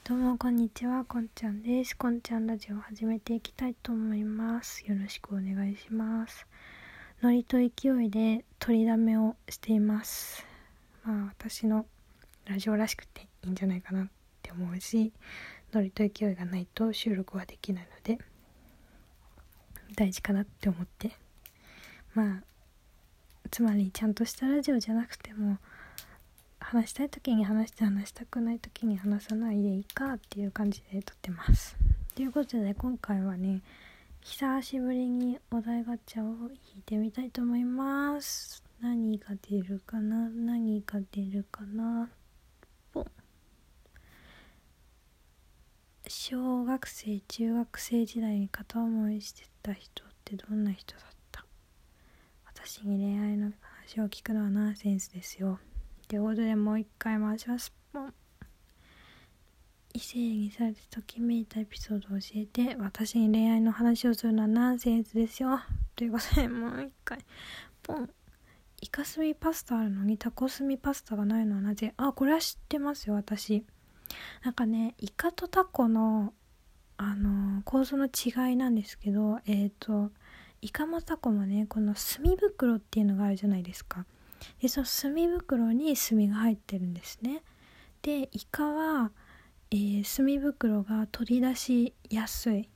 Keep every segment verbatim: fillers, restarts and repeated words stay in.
どうもこんにちは、こんちゃんです。こんちゃんラジオを始めていきたいと思います。よろしくお願いします。ノリと勢いで取りだめをしています。まあ私のラジオらしくていいんじゃないかなって思うし、ノリと勢いがないと収録はできないので大事かなって思って、まあつまりちゃんとしたラジオじゃなくても話したい時に話して話したくない時に話さないでいいかっていう感じで撮ってます。ということで今回はね、久しぶりにお題ガチャを引いてみたいと思います。何が出るかな何が出るかなポン。小学生中学生時代に片思いしてた人ってどんな人だった？私に恋愛の話を聞くのはナンセンスですよ。ということでもう一回回します。ポン。異性にされてときめいたエピソードを教えて。私に恋愛の話をするのはナンセンスですよ。ということでもう一回ポン。イカスミパスタあるのにタコスミパスタがないのはなぜ？あ、これは知ってますよ。私なんかね、イカとタコのあのー、構造の違いなんですけど、えっとイカもタコもね、この墨袋っていうのがあるじゃないですか。でその墨袋に墨が入ってるんですね。でイカは、えー、墨袋が取り出しやすい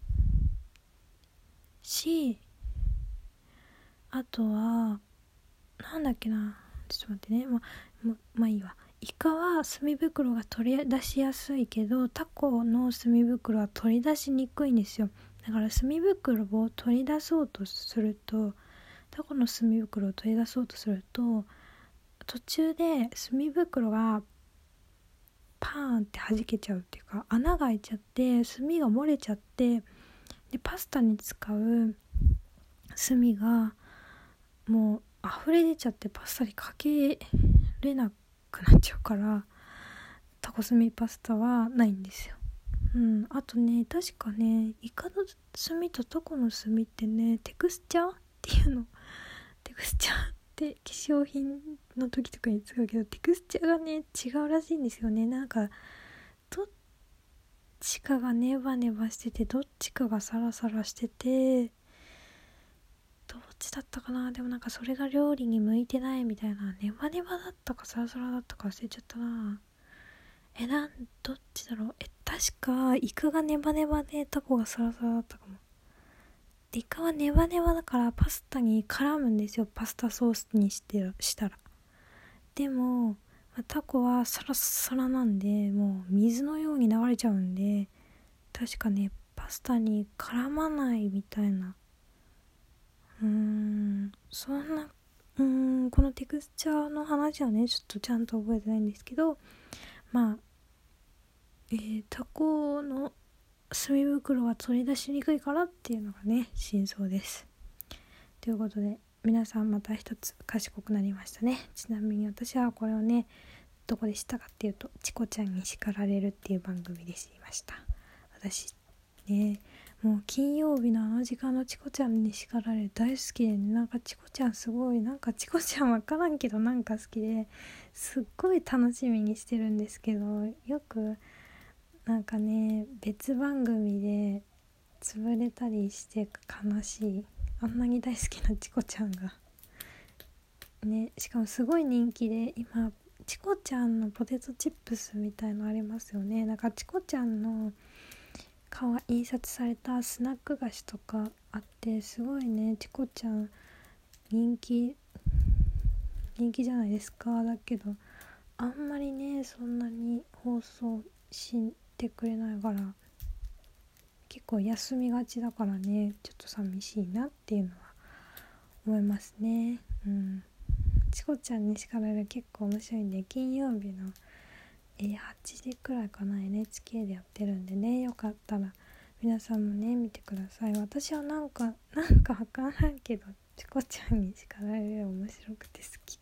し、あとはなんだっけな、ちょっと待ってね、まままあいいわ。イカは墨袋が取り出しやすいけど、タコの墨袋は取り出しにくいんですよ。だから墨袋を取り出そうとするとタコの墨袋を取り出そうとすると途中で墨袋がパーンって弾けちゃうっていうか、穴が開いちゃって墨が漏れちゃって、でパスタに使う墨がもう溢れ出ちゃってパスタにかけれなくなっちゃうから、タコ墨パスタはないんですよ。うん、あとね、確かね、イカの墨とタコの墨ってね、テクスチャーっていうの。テクスチャーって化粧品の時とかに使うけど、テクスチャーがね違うらしいんですよね。なんかどっちかがネバネバしてて、どっちかがサラサラしてて、どっちだったかな。でもなんかそれが料理に向いてないみたいな、ネバネバだったかサラサラだったか忘れちゃったな。えなんどっちだろう。え確かイカがネバネバでタコがサラサラだったかも。でイカはネバネバだからパスタに絡むんですよ、パスタソースにしてしたら。でもタコはサラサラなんで、もう水のように流れちゃうんで、確かねパスタに絡まないみたいな、うーんそんなうーんこのテクスチャーの話はねちょっとちゃんと覚えてないんですけど、まあえー、タコの墨袋は取り出しにくいからっていうのがね真相です。ということで皆さんまた一つ賢くなりましたね。ちなみに私はこれをねどこで知ったかっていうと、チコちゃんに叱られるっていう番組で知りました。私ね、もう金曜日のあの時間のチコちゃんに叱られる大好きで、ね、なんかチコちゃんすごい、なんかチコちゃんわからんけどなんか好きですっごい楽しみにしてるんですけど、よくなんかね別番組で潰れたりして悲しい。あんなに大好きなチコちゃんがね、しかもすごい人気で、今チコちゃんのポテトチップスみたいのありますよね。なんかチコちゃんの顔が印刷されたスナック菓子とかあって、すごいねチコちゃん人気人気じゃないですか。だけどあんまりねそんなに放送してくれないから結構休みがちだからね、ちょっと寂しいなっていうのは思いますね。うん。チコちゃんに叱られる結構面白いんで、金曜日の、えー、はちじくらいかな エヌエイチケー でやってるんでね、よかったら皆さんもね見てください。私はなんかなんかわからんけどチコちゃんに叱られる面白くて好き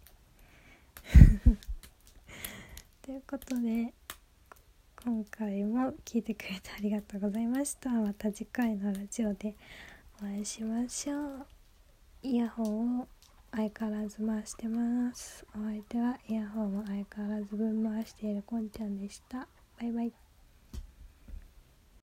ということで今回も聞いてくれてありがとうございました。また次回のラジオでお会いしましょう。イヤホンを相変わらず回してます。お相手はイヤホンを相変わらず分回しているこんちゃんでした。バイバイ。